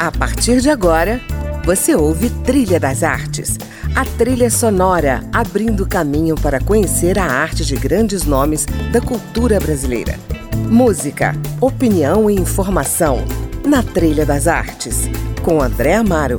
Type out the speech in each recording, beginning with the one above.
A partir de agora, você ouve Trilha das Artes, a trilha sonora abrindo caminho para conhecer a arte de grandes nomes da cultura brasileira. Música, opinião e informação na Trilha das Artes, com André Amaro.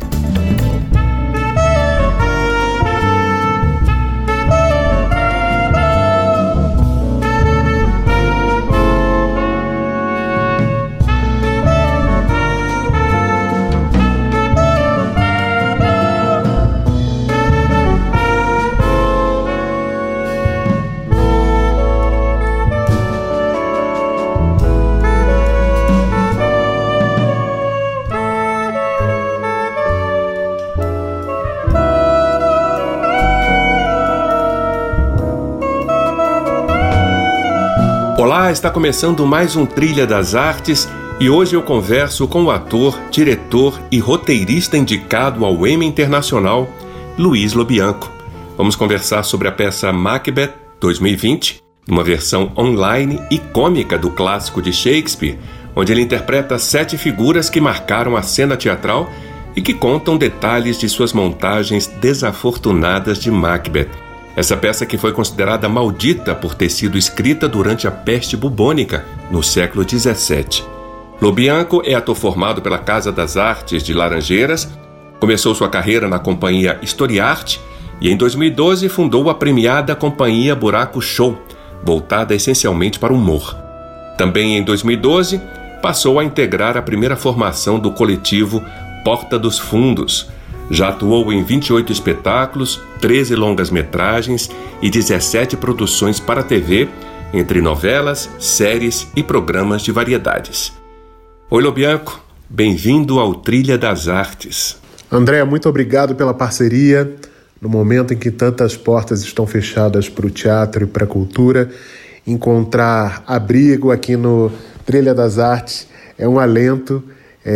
Olá, está começando mais um Trilha das Artes e hoje eu converso com o ator, diretor e roteirista indicado ao Emmy Internacional, Luiz Lobianco. Vamos conversar sobre a peça Macbeth 2020, uma versão online e cômica do clássico de Shakespeare, onde ele interpreta 7 figuras que marcaram a cena teatral e que contam detalhes de suas montagens desafortunadas de Macbeth. Essa peça que foi considerada maldita por ter sido escrita durante a peste bubônica, no século XVII. Lobianco é ator formado pela Casa das Artes de Laranjeiras, começou sua carreira na companhia Historiarte e em 2012 fundou a premiada companhia Buraco Show, voltada essencialmente para o humor. Também em 2012 passou a integrar a primeira formação do coletivo Porta dos Fundos. Já atuou em 28 espetáculos, 13 longas-metragens e 17 produções para a TV, entre novelas, séries e programas de variedades. Oi, Lobianco, bem-vindo ao Trilha das Artes. André, muito obrigado pela parceria. No momento em que tantas portas estão fechadas para o teatro e para a cultura, encontrar abrigo aqui no Trilha das Artes é um alento.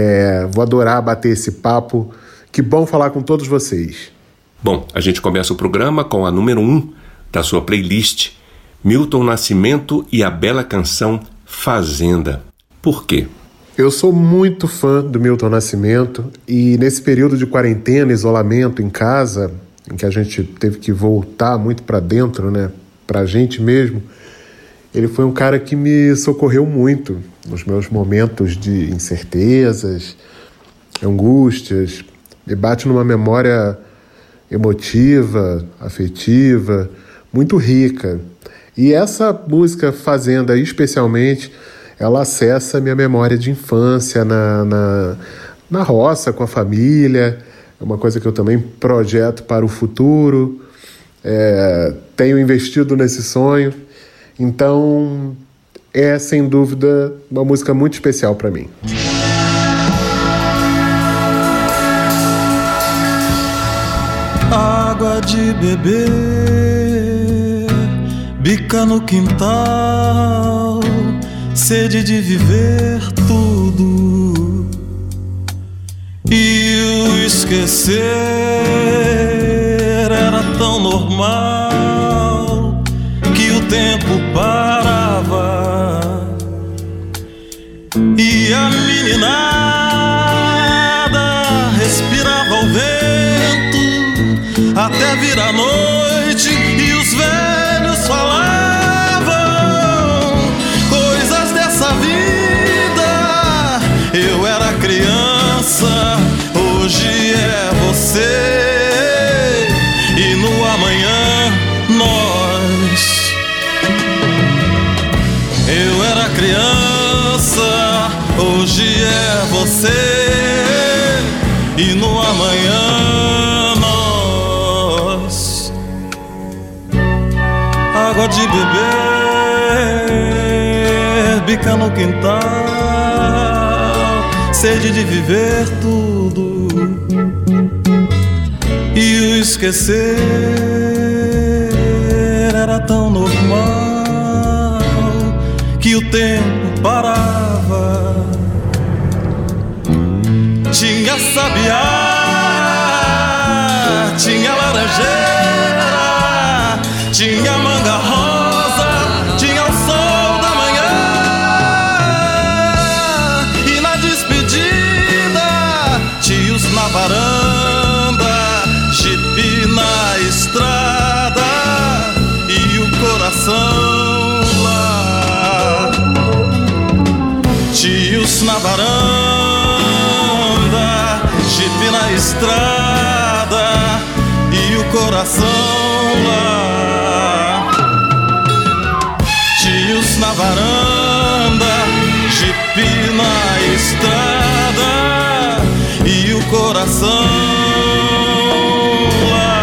Vou adorar bater esse papo. Que bom falar com todos vocês. Bom, a gente começa o programa com a número 1 da sua playlist, Milton Nascimento e a bela canção Fazenda. Por quê? Eu sou muito fã do Milton Nascimento e nesse período de quarentena, isolamento em casa, em que a gente teve que voltar muito para dentro, né, pra gente mesmo, ele foi um cara que me socorreu muito nos meus momentos de incertezas, angústias. Me bate numa memória emotiva, afetiva, muito rica. E essa música Fazenda, especialmente, ela acessa a minha memória de infância na roça, com a família. É uma coisa que eu também projeto para o futuro. Tenho investido nesse sonho. Então, é, sem dúvida, uma música muito especial para mim. Água de beber, bica no quintal, sede de viver tudo e o esquecer era tão normal que o tempo parava e a meninada respirava o vento até vir a noite e os velhos falavam coisas dessa vida. Eu era criança, hoje é você e no amanhã nós. Eu era criança, hoje é você e no amanhã água de beber, bica no quintal, sede de viver tudo e o esquecer era tão normal que o tempo parava. Tinha sabiá, tinha laranjeira, tinha manga rosa, tinha o sol da manhã. E na despedida tios na varanda, jipe na estrada e o coração lá. Tios na varanda, jipe na estrada e o coração lá.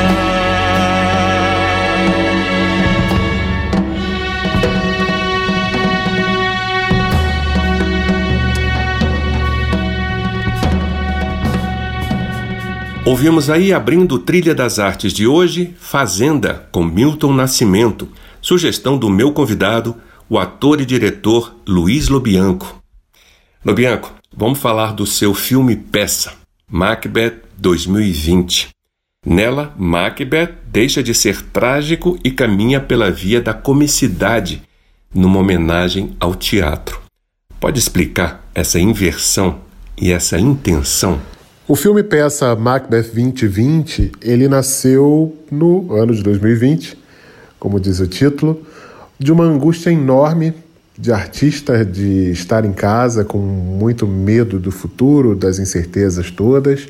Ouvimos aí, abrindo Trilha das Artes de hoje, Fazenda, com Milton Nascimento, sugestão do meu convidado, o ator e diretor Luiz Lobianco. Lobianco, vamos falar do seu filme Peça, Macbeth 2020. Nela, Macbeth deixa de ser trágico e caminha pela via da comicidade, numa homenagem ao teatro. Pode explicar essa inversão e essa intenção? O filme Peça Macbeth 2020, ele nasceu no ano de 2020, como diz o título, de uma angústia enorme de artista de estar em casa com muito medo do futuro, das incertezas todas,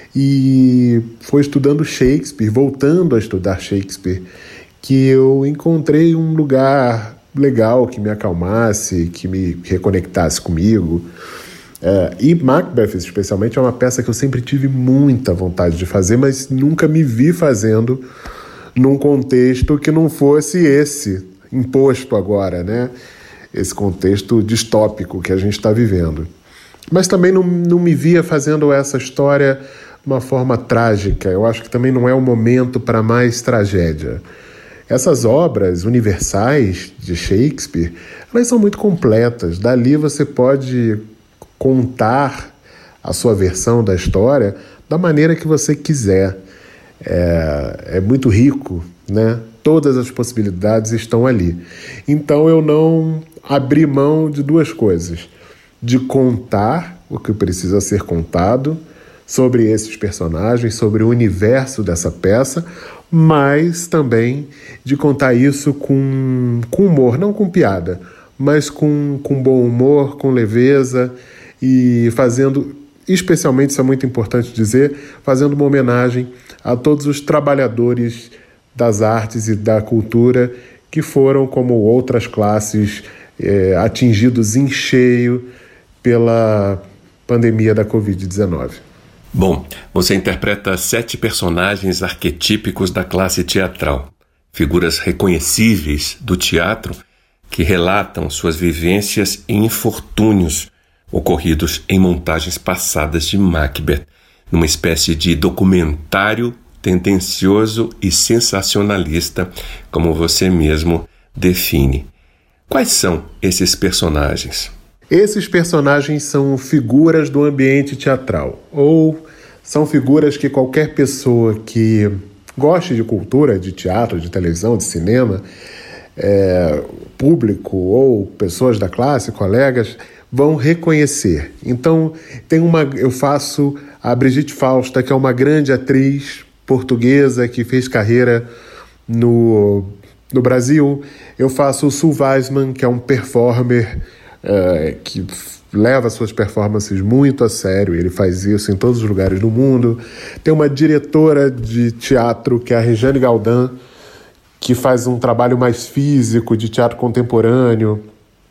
e foi estudando Shakespeare, voltando a estudar Shakespeare, que eu encontrei um lugar legal que me acalmasse, que me reconectasse comigo. E Macbeth, especialmente, é uma peça que eu sempre tive muita vontade de fazer, mas nunca me vi fazendo num contexto que não fosse esse imposto agora, né? Esse contexto distópico que a gente está vivendo. Mas também não me via fazendo essa história de uma forma trágica. Eu acho que também não é o momento para mais tragédia. Essas obras universais de Shakespeare, elas são muito completas. Dali você pode contar a sua versão da história da maneira que você quiser. É muito rico, né? Todas as possibilidades estão ali. Então eu não abri mão de duas coisas: de contar o que precisa ser contado sobre esses personagens, sobre o universo dessa peça, mas também de contar isso com humor, não com piada, mas com bom humor, com leveza, e fazendo, especialmente, isso é muito importante dizer, fazendo uma homenagem a todos os trabalhadores das artes e da cultura que foram, como outras classes, atingidos em cheio pela pandemia da Covid-19. Bom, você interpreta 7 personagens arquetípicos da classe teatral, figuras reconhecíveis do teatro que relatam suas vivências e infortúnios ocorridos em montagens passadas de Macbeth, numa espécie de documentário tendencioso e sensacionalista, como você mesmo define. Quais são esses personagens? Esses personagens são figuras do ambiente teatral, ou são figuras que qualquer pessoa que goste de cultura, de teatro, de televisão, de cinema, público ou pessoas da classe, colegas, vão reconhecer. Então, eu faço a Brigitte Fausta, que é uma grande atriz portuguesa que fez carreira no Brasil. Eu faço o Sul Weisman, que é um performer que leva suas performances muito a sério. Ele faz isso em todos os lugares do mundo. Tem uma diretora de teatro, que é a Regiane Galdan, que faz um trabalho mais físico de teatro contemporâneo.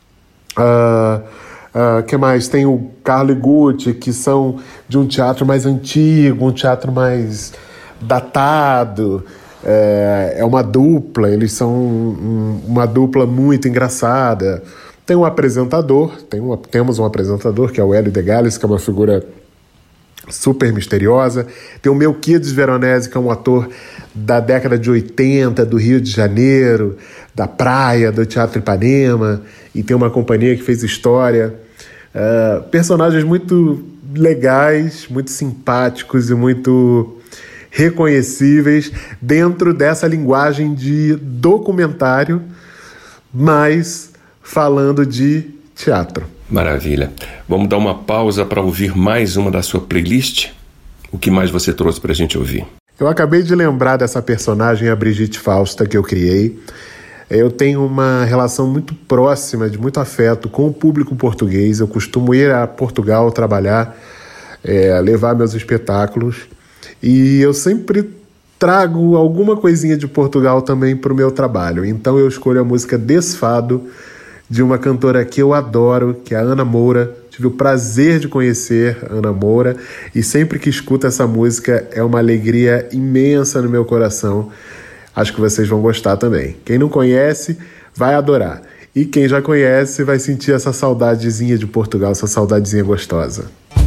Que mais? Tem o Carlo e Gucci, que são de um teatro mais antigo, um teatro mais datado. É uma dupla, eles são uma dupla muito engraçada. Tem um apresentador, temos um apresentador, que é o Hélio de Gales, que é uma figura super misteriosa. Tem o Melquiades Veronese, que é um ator da década de 80, do Rio de Janeiro, da praia, do Teatro Ipanema, e tem uma companhia que fez história. Personagens muito legais, muito simpáticos e muito reconhecíveis dentro dessa linguagem de documentário, mas falando de teatro. Maravilha. Vamos dar uma pausa para ouvir mais uma da sua playlist? O que mais você trouxe para a gente ouvir? Eu acabei de lembrar dessa personagem, a Brigitte Fausta, que eu criei. Eu tenho uma relação muito próxima, de muito afeto com o público português. Eu costumo ir a Portugal trabalhar, levar meus espetáculos, e eu sempre trago alguma coisinha de Portugal também para o meu trabalho. Então eu escolho a música Desfado, de uma cantora que eu adoro, que é a Ana Moura. Tive o prazer de conhecer a Ana Moura, e sempre que escuto essa música é uma alegria imensa no meu coração. Acho que vocês vão gostar também. Quem não conhece vai adorar, e quem já conhece vai sentir essa saudadezinha de Portugal, essa saudadezinha gostosa.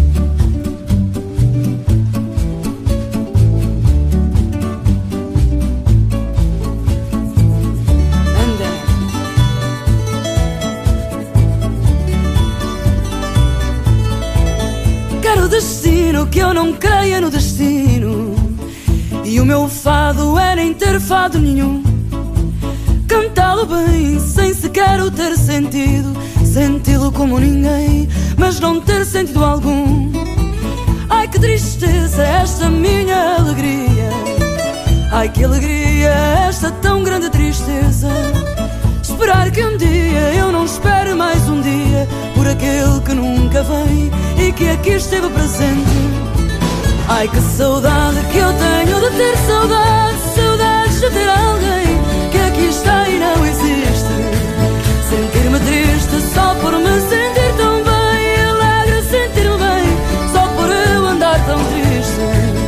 Que eu não creia no destino, e o meu fado é nem ter fado nenhum. Cantá-lo bem sem sequer o ter sentido, senti-lo como ninguém, mas não ter sentido algum. Ai que tristeza esta minha alegria, ai que alegria esta tão grande tristeza. Esperar que um dia eu não espere mais um dia por aquele que nunca vem e que aqui esteve presente. Ai que saudade que eu tenho de ter saudade, saudades de ter alguém que aqui está e não existe. Sentir-me triste só por me sentir tão bem, alegre sentir-me bem só por eu andar tão triste.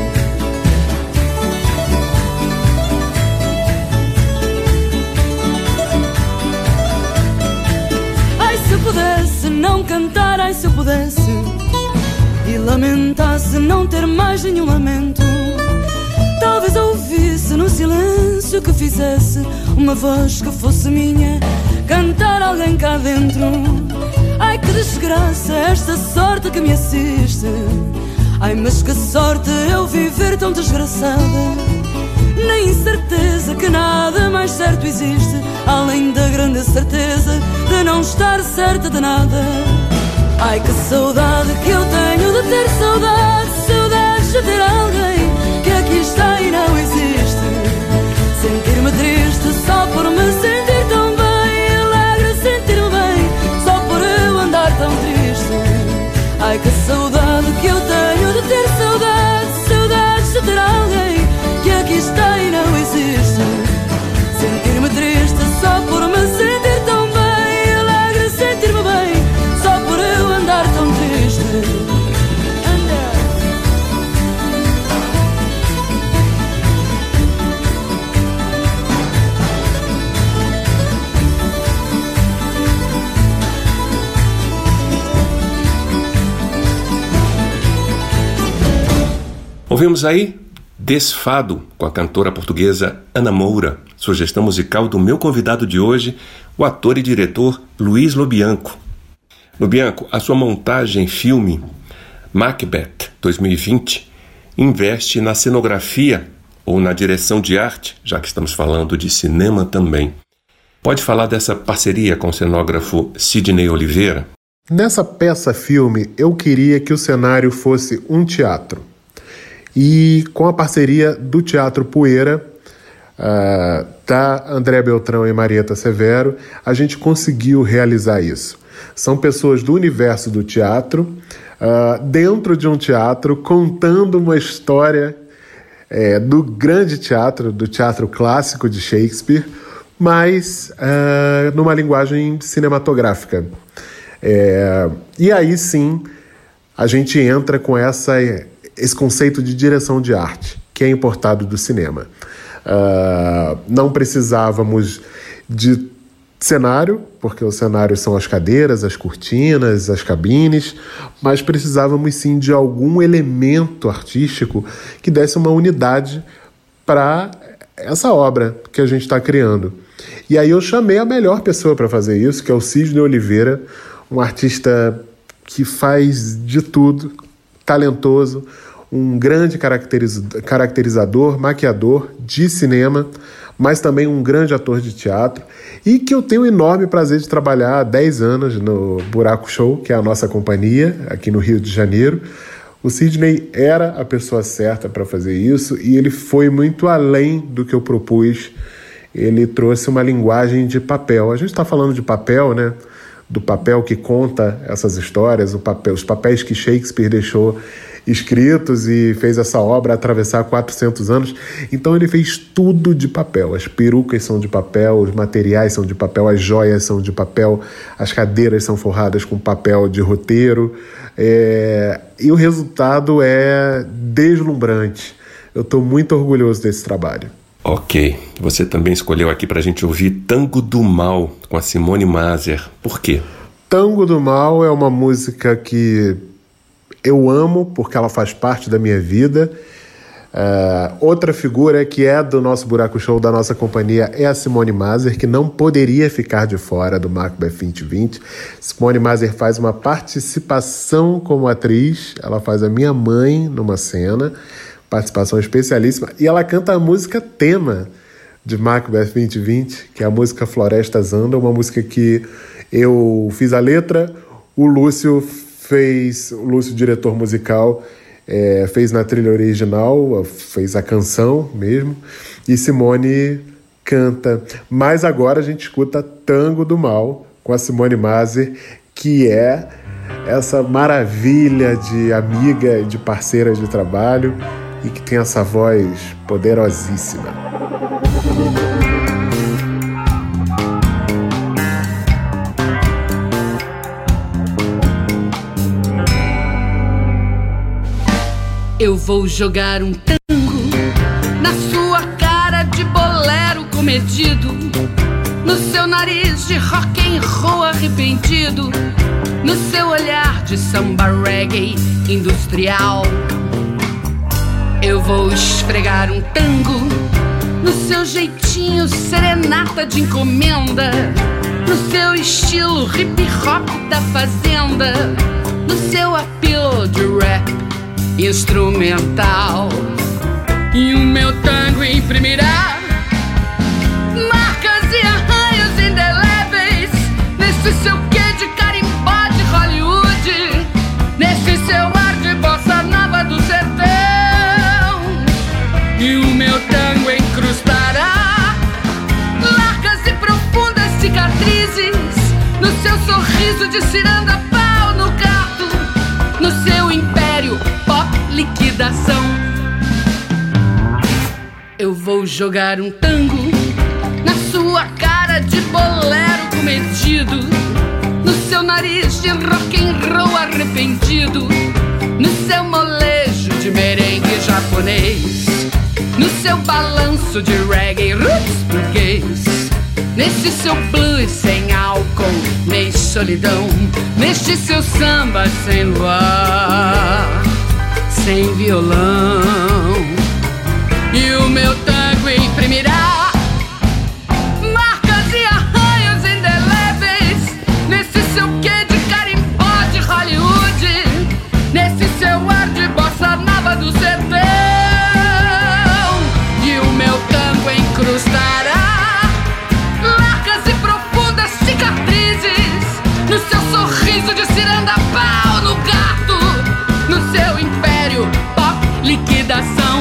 Ai se eu pudesse não cantar, ai se eu pudesse e lamentasse não ter mais nenhum lamento, talvez ouvisse no silêncio que fizesse uma voz que fosse minha, cantar alguém cá dentro. Ai que desgraça esta sorte que me assiste, ai mas que sorte eu viver tão desgraçada, na incerteza que nada mais certo existe, além da grande certeza de não estar certa de nada. Ai que saudade que eu tenho de ter saudade, saudades de ter alguém que aqui está e não existe. Sentir-me triste só por me sentir tão bem, alegre sentir-me bem só por eu andar tão triste. Ai que saudade que eu tenho de ter saudade, saudades de ter alguém que aqui está e não existe. Sentir-me triste só por me sentir tão bem, alegre sentir-me bem só por eu andar tão triste. Ouvimos aí Desfado, com a cantora portuguesa Ana Moura, sugestão musical do meu convidado de hoje, o ator e diretor Luiz Lobianco. Lobianco, a sua montagem filme Macbeth 2020 investe na cenografia ou na direção de arte, já que estamos falando de cinema também. Pode falar dessa parceria com o cenógrafo Sidney Oliveira? Nessa peça-filme, eu queria que o cenário fosse um teatro. E com a parceria do Teatro Poeira, da André Beltrão e Marieta Severo, a gente conseguiu realizar isso. São pessoas do universo do teatro, dentro de um teatro, contando uma história do grande teatro, do teatro clássico de Shakespeare, mas numa linguagem cinematográfica. E aí sim, a gente entra com esse conceito de direção de arte, que é importado do cinema. Não precisávamos de cenário, porque o cenário são as cadeiras, as cortinas, as cabines, mas precisávamos sim de algum elemento artístico que desse uma unidade para essa obra que a gente está criando. E aí eu chamei a melhor pessoa para fazer isso, que é o Sidney Oliveira, um artista que faz de tudo, talentoso, um grande caracterizador, maquiador de cinema, mas também um grande ator de teatro, e que eu tenho o enorme prazer de trabalhar há 10 anos no Buraco Show, que é a nossa companhia aqui no Rio de Janeiro. O Sidney era a pessoa certa para fazer isso, e ele foi muito além do que eu propus ele trouxe uma linguagem de papel. A gente está falando de papel, né? Do papel que conta essas histórias, os papéis que Shakespeare deixou escritos e fez essa obra atravessar 400 anos. Então ele fez tudo de papel. As perucas são de papel, os materiais são de papel, as joias são de papel, as cadeiras são forradas com papel de roteiro. E o resultado é deslumbrante. Eu estou muito orgulhoso desse trabalho. Ok, você também escolheu aqui para a gente ouvir Tango do Mal, com a Simone Maser. Por quê? Tango do Mal é uma música que eu amo, porque ela faz parte da minha vida. Outra figura que é do nosso Buraco Show, da nossa companhia, é a Simone Maser, que não poderia ficar de fora do Macbeth 2020. Simone Maser faz uma participação como atriz, ela faz a minha mãe numa cena, participação especialíssima, e ela canta a música tema de Macbeth 2020, que é a música Florestas Andam, uma música que eu fiz a letra, o Lúcio, diretor musical, fez na trilha original, fez a canção mesmo, e Simone canta. Mas agora a gente escuta Tango do Mal com a Simone Maser, que é essa maravilha de amiga e de parceira de trabalho, e que tem essa voz poderosíssima. Eu vou jogar um tango na sua cara de bolero comedido, no seu nariz de rock and roll arrependido, no seu olhar de samba reggae industrial. Eu vou esfregar um tango no seu jeitinho serenata de encomenda, no seu estilo hip hop da fazenda, no seu apelo de rap instrumental. E o meu tango imprimirá marcas e arranhos indeléveis nesse seu quê de carimbó de Hollywood, nesse seu ar de bossa nova do sertão. E o meu tango incrustará largas e profundas cicatrizes no seu sorriso de ciranda-pau no gato, no seu império pop liquidação. Eu vou jogar um tango na sua cara de bolero comedido, no seu nariz de rock and roll arrependido, no seu molejo de merengue japonês, no seu balanço de reggae roots burguês, nesse seu blues sem álcool nem solidão, neste seu samba sem luar, sem violão. E o meu tango imprimirá marcas e arranhos indeléveis nesse seu quê de carimbó de Hollywood, nesse seu ar de bossa nova do sertão. E o meu tango incrustará largas e profundas cicatrizes no seu sorriso de ciranda-pau no gato, no seu império pop liquidação.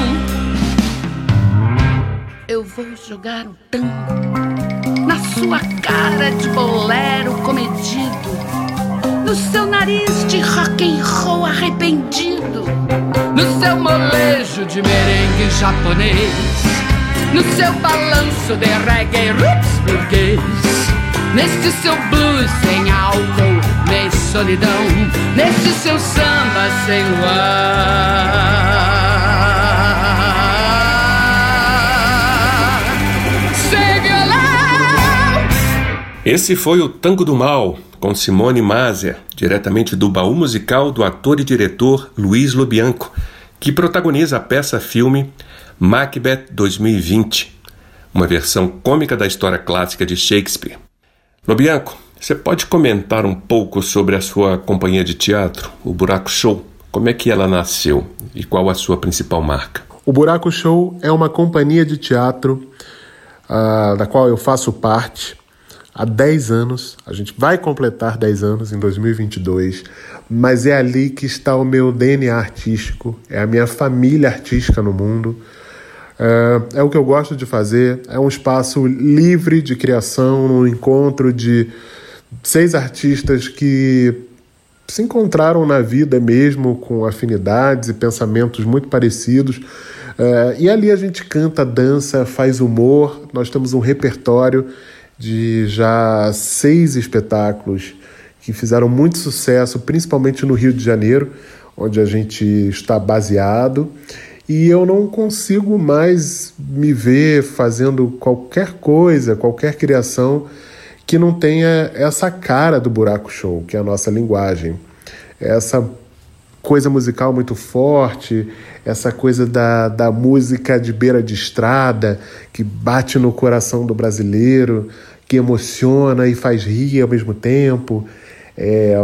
Eu vou jogar um tango na sua cara de bolero comedido, no seu nariz de rock and roll arrependido, no seu molejo de merengue japonês, no seu balanço de reggae roots burguês, nesse seu blues sem álcool nem solidão, nesse seu samba sem luar. Esse foi o Tango do Mal, com Simone Maser, diretamente do baú musical do ator e diretor Luis Lobianco, que protagoniza a peça-filme Macbeth 2020, uma versão cômica da história clássica de Shakespeare. Lobianco, você pode comentar um pouco sobre a sua companhia de teatro, o Buraco Show? Como é que ela nasceu e qual a sua principal marca? O Buraco Show é uma companhia de teatro da qual eu faço parte há 10 anos. A gente vai completar 10 anos em 2022, mas é ali que está o meu DNA artístico, é a minha família artística no mundo. É o que eu gosto de fazer, é um espaço livre de criação, um encontro de 6 artistas que se encontraram na vida mesmo com afinidades e pensamentos muito parecidos. E ali a gente canta, dança, faz humor. Nós temos um repertório de já 6 espetáculos que fizeram muito sucesso, principalmente no Rio de Janeiro, onde a gente está baseado. E eu não consigo mais me ver fazendo qualquer coisa, qualquer criação que não tenha essa cara do Buraco Show, que é a nossa linguagem. Essa coisa musical muito forte, essa coisa da música de beira de estrada, que bate no coração do brasileiro, que emociona e faz rir ao mesmo tempo. É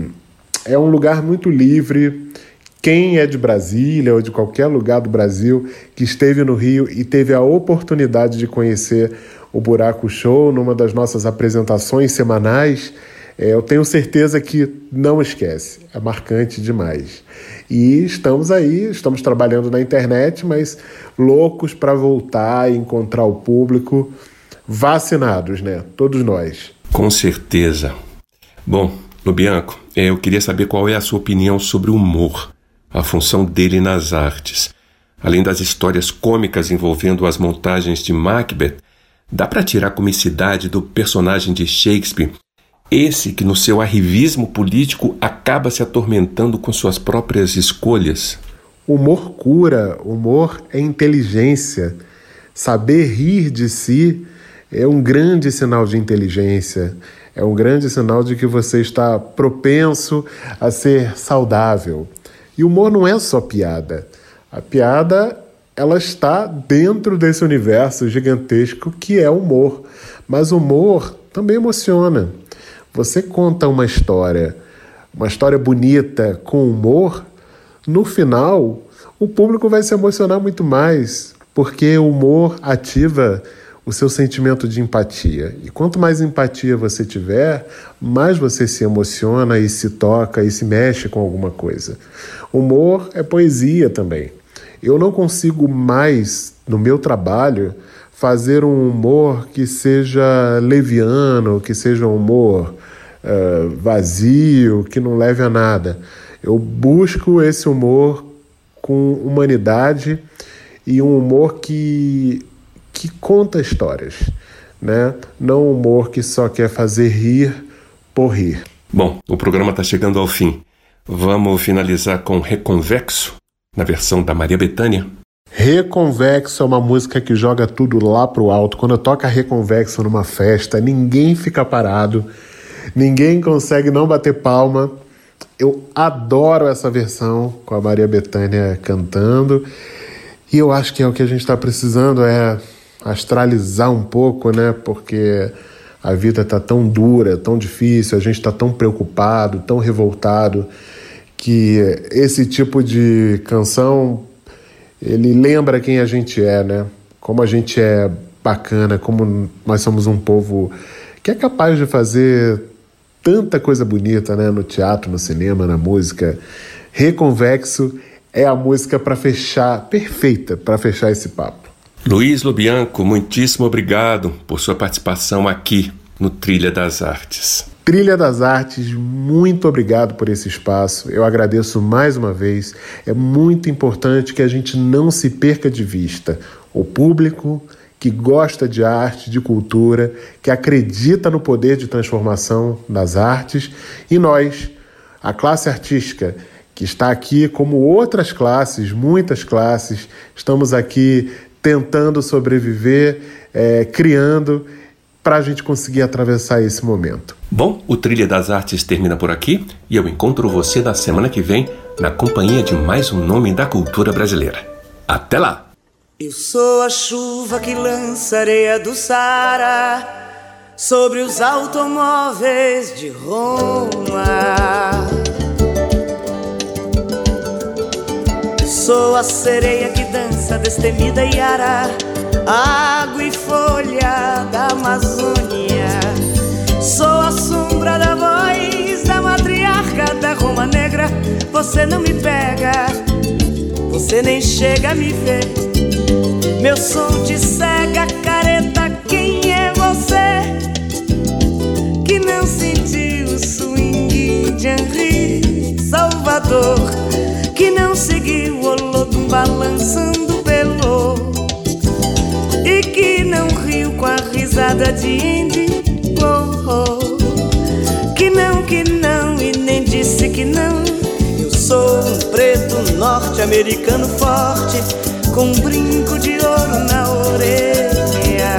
um lugar muito livre. Quem é de Brasília ou de qualquer lugar do Brasil que esteve no Rio e teve a oportunidade de conhecer o Buraco Show numa das nossas apresentações semanais, eu tenho certeza que não esquece. É marcante demais. E estamos trabalhando na internet, mas loucos para voltar e encontrar o público, vacinados, né? Todos nós. Com certeza. Bom, Lobianco, eu queria saber qual é a sua opinião sobre o humor, a função dele nas artes. Além das histórias cômicas envolvendo as montagens de Macbeth, dá para tirar a comicidade do personagem de Shakespeare, esse que no seu arrivismo político acaba se atormentando com suas próprias escolhas? Humor cura, humor é inteligência. Saber rir de si é um grande sinal de inteligência, é um grande sinal de que você está propenso a ser saudável. E o humor não é só piada. A piada, ela está dentro desse universo gigantesco que é o humor. Mas o humor também emociona. Você conta uma história bonita com humor, no final o público vai se emocionar muito mais, porque o humor ativa o seu sentimento de empatia. E quanto mais empatia você tiver, mais você se emociona e se toca e se mexe com alguma coisa. Humor é poesia também. Eu não consigo mais, no meu trabalho, fazer um humor que seja leviano, que seja um humor vazio, que não leve a nada. Eu busco esse humor com humanidade e um humor que conta histórias, né? Não um humor que só quer fazer rir por rir. Bom, o programa está chegando ao fim. Vamos finalizar com Reconvexo, na versão da Maria Bethânia. Reconvexo é uma música que joga tudo lá pro alto. Quando toca Reconvexo numa festa, ninguém fica parado, ninguém consegue não bater palma. Eu adoro essa versão com a Maria Bethânia cantando. E eu acho que é o que a gente está precisando, é astralizar um pouco, né? Porque a vida está tão dura, tão difícil, a gente está tão preocupado, tão revoltado, que esse tipo de canção, ele lembra quem a gente é, né? Como a gente é bacana, como nós somos um povo que é capaz de fazer tanta coisa bonita, né? No teatro, no cinema, na música. Reconvexo é a música para fechar, perfeita para fechar esse papo. Luiz Lobianco, muitíssimo obrigado por sua participação aqui no Trilha das Artes. Trilha das Artes, muito obrigado por esse espaço. Eu agradeço mais uma vez. É muito importante que a gente não se perca de vista o público que gosta de arte, de cultura, que acredita no poder de transformação das artes, e nós, a classe artística, que está aqui como outras classes, muitas classes, estamos aqui tentando sobreviver, criando, para a gente conseguir atravessar esse momento. Bom, o Trilha das Artes termina por aqui e eu encontro você na semana que vem na companhia de mais um nome da cultura brasileira. Até lá! Eu sou a chuva que lança areia do Saara sobre os automóveis de Roma. Sou a sereia que dança destemida e ara, água e folha da Amazônia. Sou a sombra da voz da matriarca da Roma Negra. Você não me pega, você nem chega a me ver. Meu som te cega, careta, quem é você? Que não sentiu o swing de Henri Salvador, que não seguiu o Olodum balançando pelo, e que não riu com a risada de Indy, que não e nem disse que não. Eu sou um preto norte-americano forte, com um brinco de ouro na orelha.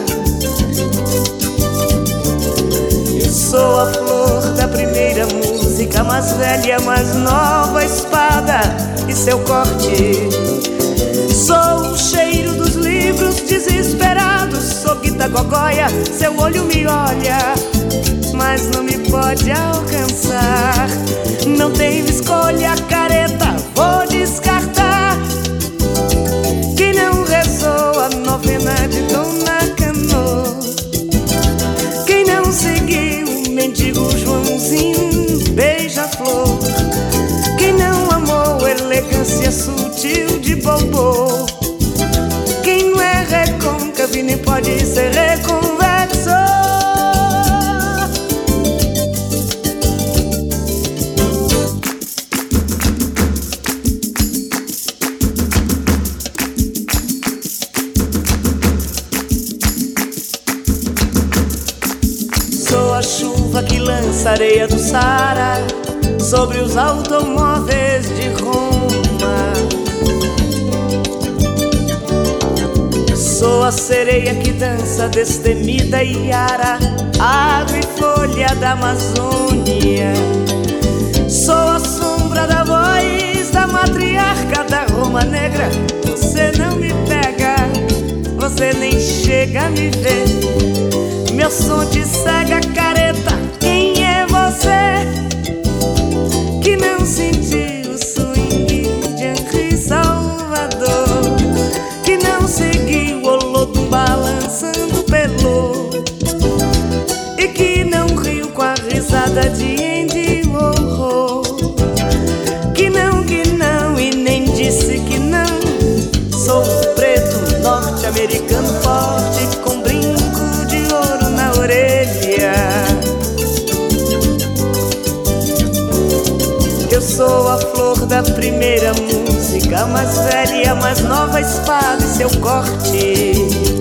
Eu sou a flor da primeira música, mais velha, mais nova espada e seu corte. Sou o cheiro dos livros desesperados, sou Guita Gogóia, seu olho me olha, mas não me pode alcançar. Não tenho escolha, careta, vou descartar. Quem não rezou a novena de Dona Cano, quem não seguiu o mendigo Joãozinho beija-flor, quem não amou elegância sutil de Bobô, quem não é recôncavo e nem pode ser reconvexo. Sou a chuva que lança areia do Saara sobre os automóveis de Roma. Sou a sereia que dança destemida e ara, água e folha da Amazônia. Sou a sombra da voz da matriarca da Roma Negra. Você não me pega, você nem chega a me ver. Meu som te cega, careta, quem é você? Que não sentiu o swing de Henri Salvador, que não seguiu o Olodum balançando pelo, e que não riu com a risada de Andy Warhol, que não e nem disse que não. Sou um preto norte-americano forte, com brinco de ouro na orelha. Eu sou a flor da primeira música, mais velha, mais nova espada e seu corte.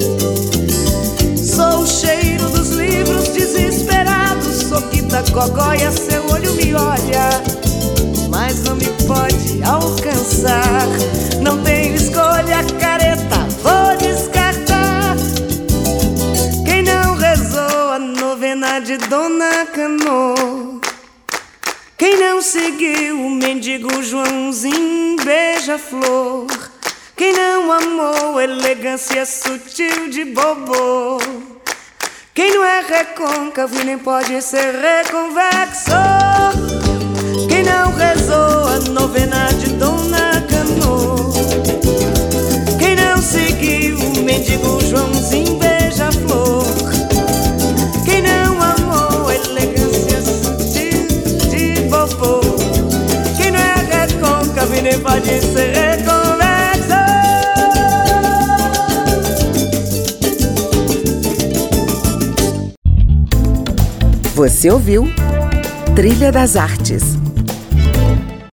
Sou o cheiro dos livros desesperados, sou Guita Gogóia, seu olho me olha, mas não me pode alcançar. Não tenho escolha, careta, vou descartar. Quem não rezou a novena de Dona Cano, quem não seguiu o mendigo Joãozinho beija-flor, quem não amou elegância sutil de Bobô, quem não é recôncavo e nem pode ser reconvexo, quem não rezou a novena de Dona Cano, quem não seguiu o mendigo Joãozinho beija-flor, quem não amou elegância sutil de Bobô, quem não é recôncavo e nem pode ser reconvexo. Você ouviu Trilha das Artes.